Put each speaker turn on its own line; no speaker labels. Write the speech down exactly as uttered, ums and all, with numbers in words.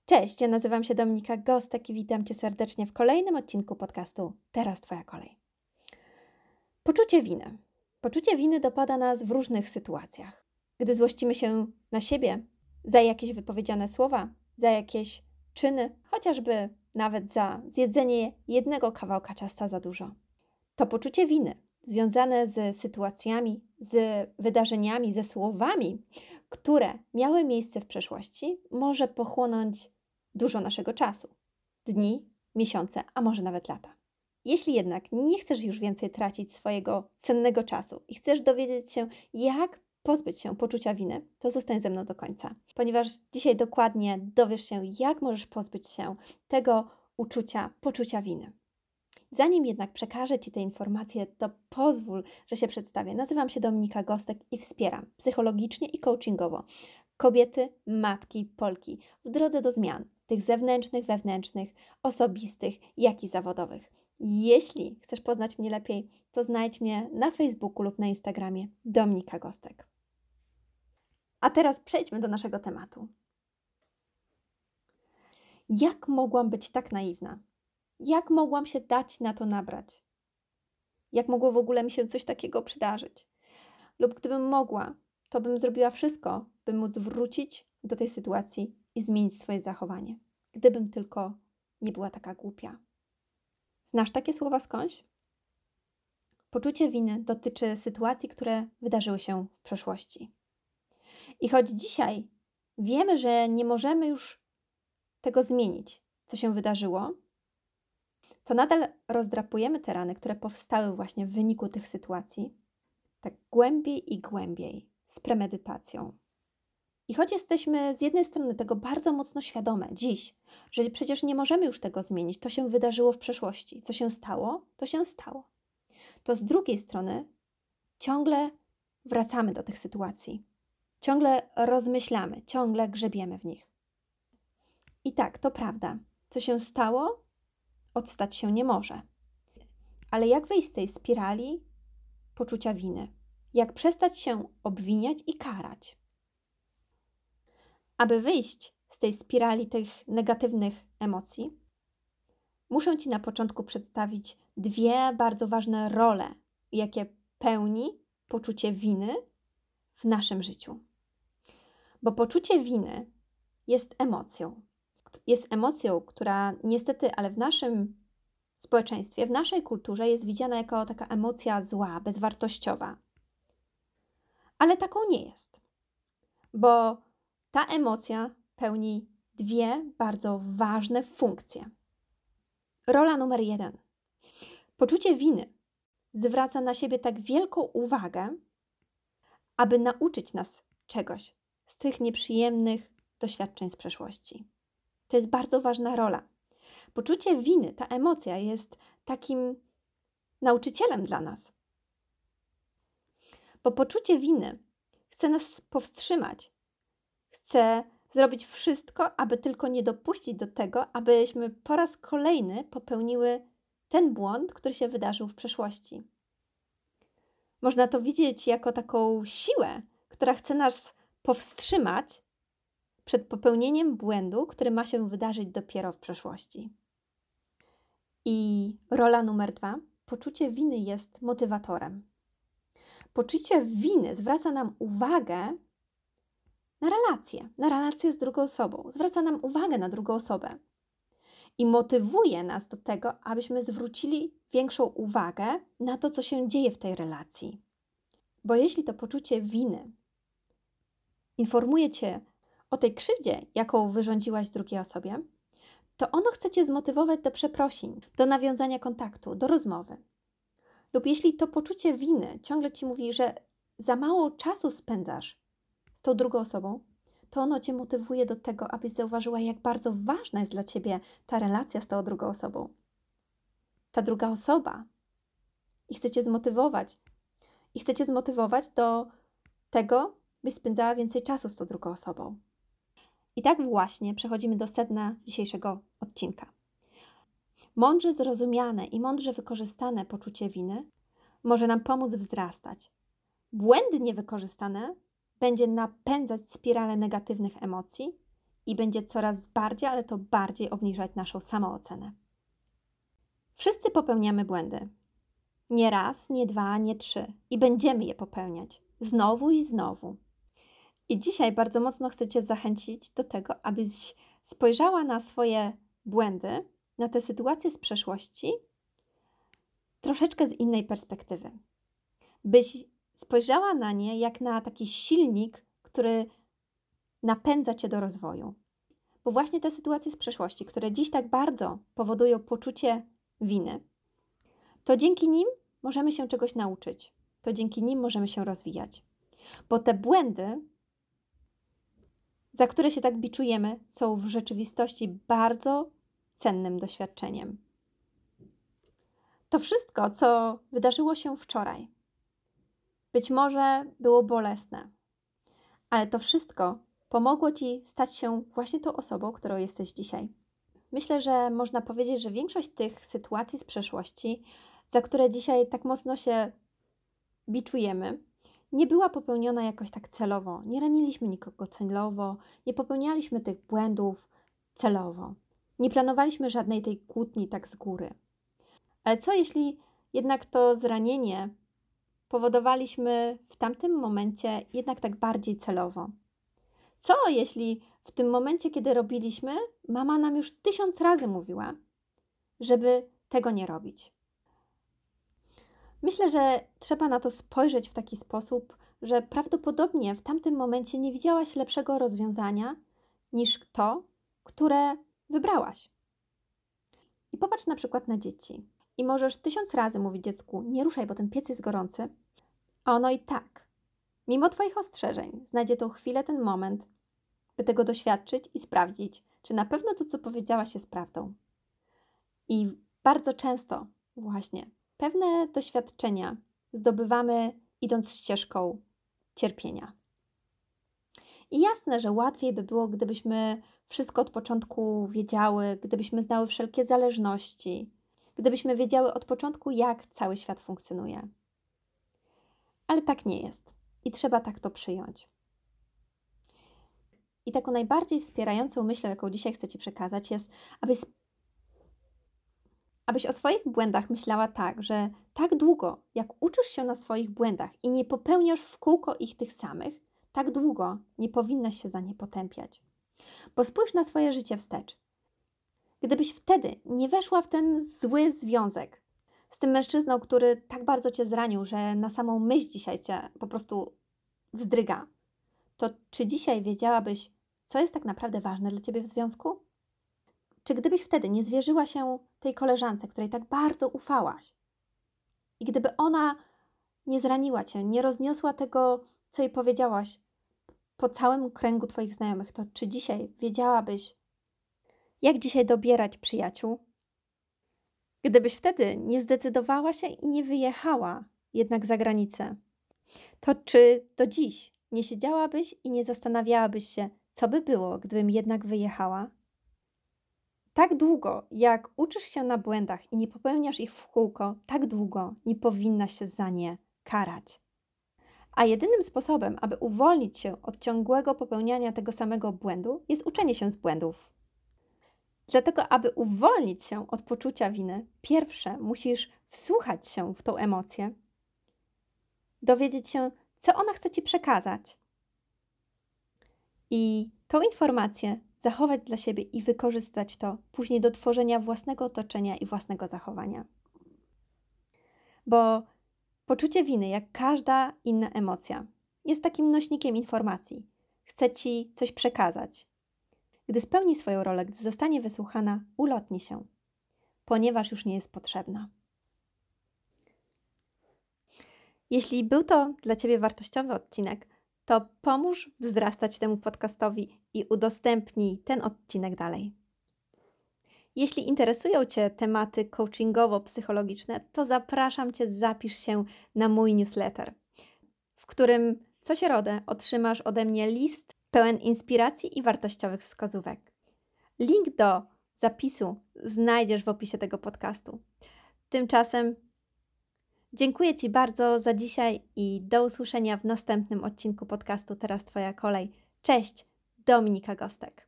Cześć, ja nazywam się Dominika Gostek i witam Cię serdecznie w kolejnym odcinku podcastu Teraz Twoja kolej. Poczucie winy. Poczucie winy dopada nas w różnych sytuacjach. Gdy złościmy się na siebie za jakieś wypowiedziane słowa, za jakieś czyny, chociażby nawet za zjedzenie jednego kawałka ciasta za dużo. To poczucie winy związane z sytuacjami, z wydarzeniami, ze słowami, które miały miejsce w przeszłości, może pochłonąć dużo naszego czasu. Dni, miesiące, a może nawet lata. Jeśli jednak nie chcesz już więcej tracić swojego cennego czasu i chcesz dowiedzieć się, jak pozbyć się poczucia winy, to zostań ze mną do końca. Ponieważ dzisiaj dokładnie dowiesz się, jak możesz pozbyć się tego uczucia, poczucia winy. Zanim jednak przekażę Ci te informacje, to pozwól, że się przedstawię. Nazywam się Dominika Gostek i wspieram psychologicznie i coachingowo kobiety, matki, Polki w drodze do zmian, tych zewnętrznych, wewnętrznych, osobistych, jak i zawodowych. Jeśli chcesz poznać mnie lepiej, to znajdź mnie na Facebooku lub na Instagramie Dominika Gostek. A teraz przejdźmy do naszego tematu. Jak mogłam być tak naiwna? Jak mogłam się dać na to nabrać? Jak mogło w ogóle mi się coś takiego przydarzyć? Lub gdybym mogła, to bym zrobiła wszystko, by móc wrócić do tej sytuacji i zmienić swoje zachowanie. Gdybym tylko nie była taka głupia. Znasz takie słowa skądś? Poczucie winy dotyczy sytuacji, które wydarzyły się w przeszłości. I choć dzisiaj wiemy, że nie możemy już tego zmienić, co się wydarzyło, to nadal rozdrapujemy te rany, które powstały właśnie w wyniku tych sytuacji, tak głębiej i głębiej, z premedytacją. I choć jesteśmy z jednej strony tego bardzo mocno świadome dziś, że przecież nie możemy już tego zmienić, to się wydarzyło w przeszłości. Co się stało, to się stało. To z drugiej strony ciągle wracamy do tych sytuacji. Ciągle rozmyślamy, ciągle grzebiemy w nich. I tak, to prawda. Co się stało, odstać się nie może. Ale jak wyjść z tej spirali poczucia winy? Jak przestać się obwiniać i karać? Aby wyjść z tej spirali tych negatywnych emocji, muszę Ci na początku przedstawić dwie bardzo ważne role, jakie pełni poczucie winy w naszym życiu. Bo poczucie winy jest emocją. Jest emocją, która niestety, ale w naszym społeczeństwie, w naszej kulturze jest widziana jako taka emocja zła, bezwartościowa. Ale taką nie jest. Bo ta emocja pełni dwie bardzo ważne funkcje. Rola numer jeden. Poczucie winy zwraca na siebie tak wielką uwagę, aby nauczyć nas czegoś z tych nieprzyjemnych doświadczeń z przeszłości. To jest bardzo ważna rola. Poczucie winy, ta emocja jest takim nauczycielem dla nas. Bo poczucie winy chce nas powstrzymać. Chce zrobić wszystko, aby tylko nie dopuścić do tego, abyśmy po raz kolejny popełniły ten błąd, który się wydarzył w przeszłości. Można to widzieć jako taką siłę, która chce nas powstrzymać przed popełnieniem błędu, który ma się wydarzyć dopiero w przeszłości. I rola numer dwa. Poczucie winy jest motywatorem. Poczucie winy zwraca nam uwagę na relacje, na relacje z drugą osobą. Zwraca nam uwagę na drugą osobę i motywuje nas do tego, abyśmy zwrócili większą uwagę na to, co się dzieje w tej relacji. Bo jeśli to poczucie winy informuje Cię o tej krzywdzie, jaką wyrządziłaś drugiej osobie, to ono chce Cię zmotywować do przeprosin, do nawiązania kontaktu, do rozmowy. Lub jeśli to poczucie winy ciągle Ci mówi, że za mało czasu spędzasz z tą drugą osobą, to ono Cię motywuje do tego, abyś zauważyła, jak bardzo ważna jest dla Ciebie ta relacja z tą drugą osobą. Ta druga osoba. I chce Cię zmotywować. I chce Cię zmotywować do tego, byś spędzała więcej czasu z tą drugą osobą. I tak właśnie przechodzimy do sedna dzisiejszego odcinka. Mądrze zrozumiane i mądrze wykorzystane poczucie winy może nam pomóc wzrastać. Błędnie wykorzystane będzie napędzać spiralę negatywnych emocji i będzie coraz bardziej, ale to bardziej obniżać naszą samoocenę. Wszyscy popełniamy błędy. Nie raz, nie dwa, nie trzy. I będziemy je popełniać. Znowu i znowu. I dzisiaj bardzo mocno chcę Cię zachęcić do tego, abyś spojrzała na swoje błędy, na te sytuacje z przeszłości troszeczkę z innej perspektywy. Byś spojrzała na nie jak na taki silnik, który napędza Cię do rozwoju. Bo właśnie te sytuacje z przeszłości, które dziś tak bardzo powodują poczucie winy, to dzięki nim możemy się czegoś nauczyć. To dzięki nim możemy się rozwijać. Bo te błędy, za które się tak biczujemy, są w rzeczywistości bardzo cennym doświadczeniem. To wszystko, co wydarzyło się wczoraj, być może było bolesne, ale to wszystko pomogło Ci stać się właśnie tą osobą, którą jesteś dzisiaj. Myślę, że można powiedzieć, że większość tych sytuacji z przeszłości, za które dzisiaj tak mocno się biczujemy, nie była popełniona jakoś tak celowo. Nie raniliśmy nikogo celowo, nie popełnialiśmy tych błędów celowo. Nie planowaliśmy żadnej tej kłótni tak z góry. Ale co jeśli jednak to zranienie powodowaliśmy w tamtym momencie jednak tak bardziej celowo? Co jeśli w tym momencie, kiedy robiliśmy, mama nam już tysiąc razy mówiła, żeby tego nie robić? Myślę, że trzeba na to spojrzeć w taki sposób, że prawdopodobnie w tamtym momencie nie widziałaś lepszego rozwiązania niż to, które wybrałaś. I popatrz na przykład na dzieci. I możesz tysiąc razy mówić dziecku, nie ruszaj, bo ten piec jest gorący, a ono i tak, mimo Twoich ostrzeżeń, znajdzie tą chwilę, ten moment, by tego doświadczyć i sprawdzić, czy na pewno to, co powiedziałaś, jest prawdą. I bardzo często właśnie pewne doświadczenia zdobywamy idąc ścieżką cierpienia. I jasne, że łatwiej by było, gdybyśmy wszystko od początku wiedziały, gdybyśmy znały wszelkie zależności, gdybyśmy wiedziały od początku, jak cały świat funkcjonuje. Ale tak nie jest i trzeba tak to przyjąć. I taką najbardziej wspierającą myślą, jaką dzisiaj chcę Ci przekazać, jest, abyś, abyś o swoich błędach myślała tak, że tak długo, jak uczysz się na swoich błędach i nie popełniasz w kółko ich tych samych, tak długo nie powinnaś się za nie potępiać. Bo spójrz na swoje życie wstecz. Gdybyś wtedy nie weszła w ten zły związek z tym mężczyzną, który tak bardzo Cię zranił, że na samą myśl dzisiaj Cię po prostu wzdryga, to czy dzisiaj wiedziałabyś, co jest tak naprawdę ważne dla Ciebie w związku? Czy gdybyś wtedy nie zwierzyła się tej koleżance, której tak bardzo ufałaś i gdyby ona nie zraniła Cię, nie rozniosła tego, co jej powiedziałaś po całym kręgu Twoich znajomych, to czy dzisiaj wiedziałabyś, jak dzisiaj dobierać przyjaciół? Gdybyś wtedy nie zdecydowała się i nie wyjechała jednak za granicę, to czy do dziś nie siedziałabyś i nie zastanawiałabyś się, co by było, gdybym jednak wyjechała? Tak długo, jak uczysz się na błędach i nie popełniasz ich w kółko, tak długo nie powinnaś się za nie karać. A jedynym sposobem, aby uwolnić się od ciągłego popełniania tego samego błędu, jest uczenie się z błędów. Dlatego, aby uwolnić się od poczucia winy, pierwsze musisz wsłuchać się w tą emocję, dowiedzieć się, co ona chce Ci przekazać i tą informację zachować dla siebie i wykorzystać to później do tworzenia własnego otoczenia i własnego zachowania. Bo poczucie winy, jak każda inna emocja, jest takim nośnikiem informacji. Chce Ci coś przekazać. Gdy spełni swoją rolę, gdy zostanie wysłuchana, ulotni się, ponieważ już nie jest potrzebna. Jeśli był to dla Ciebie wartościowy odcinek, to pomóż wzrastać temu podcastowi i udostępnij ten odcinek dalej. Jeśli interesują Cię tematy coachingowo-psychologiczne, to zapraszam Cię, zapisz się na mój newsletter, w którym co środę otrzymasz ode mnie list pełen inspiracji i wartościowych wskazówek. Link do zapisu znajdziesz w opisie tego podcastu. Tymczasem dziękuję Ci bardzo za dzisiaj i do usłyszenia w następnym odcinku podcastu Teraz Twoja kolej. Cześć, Dominika Gostek.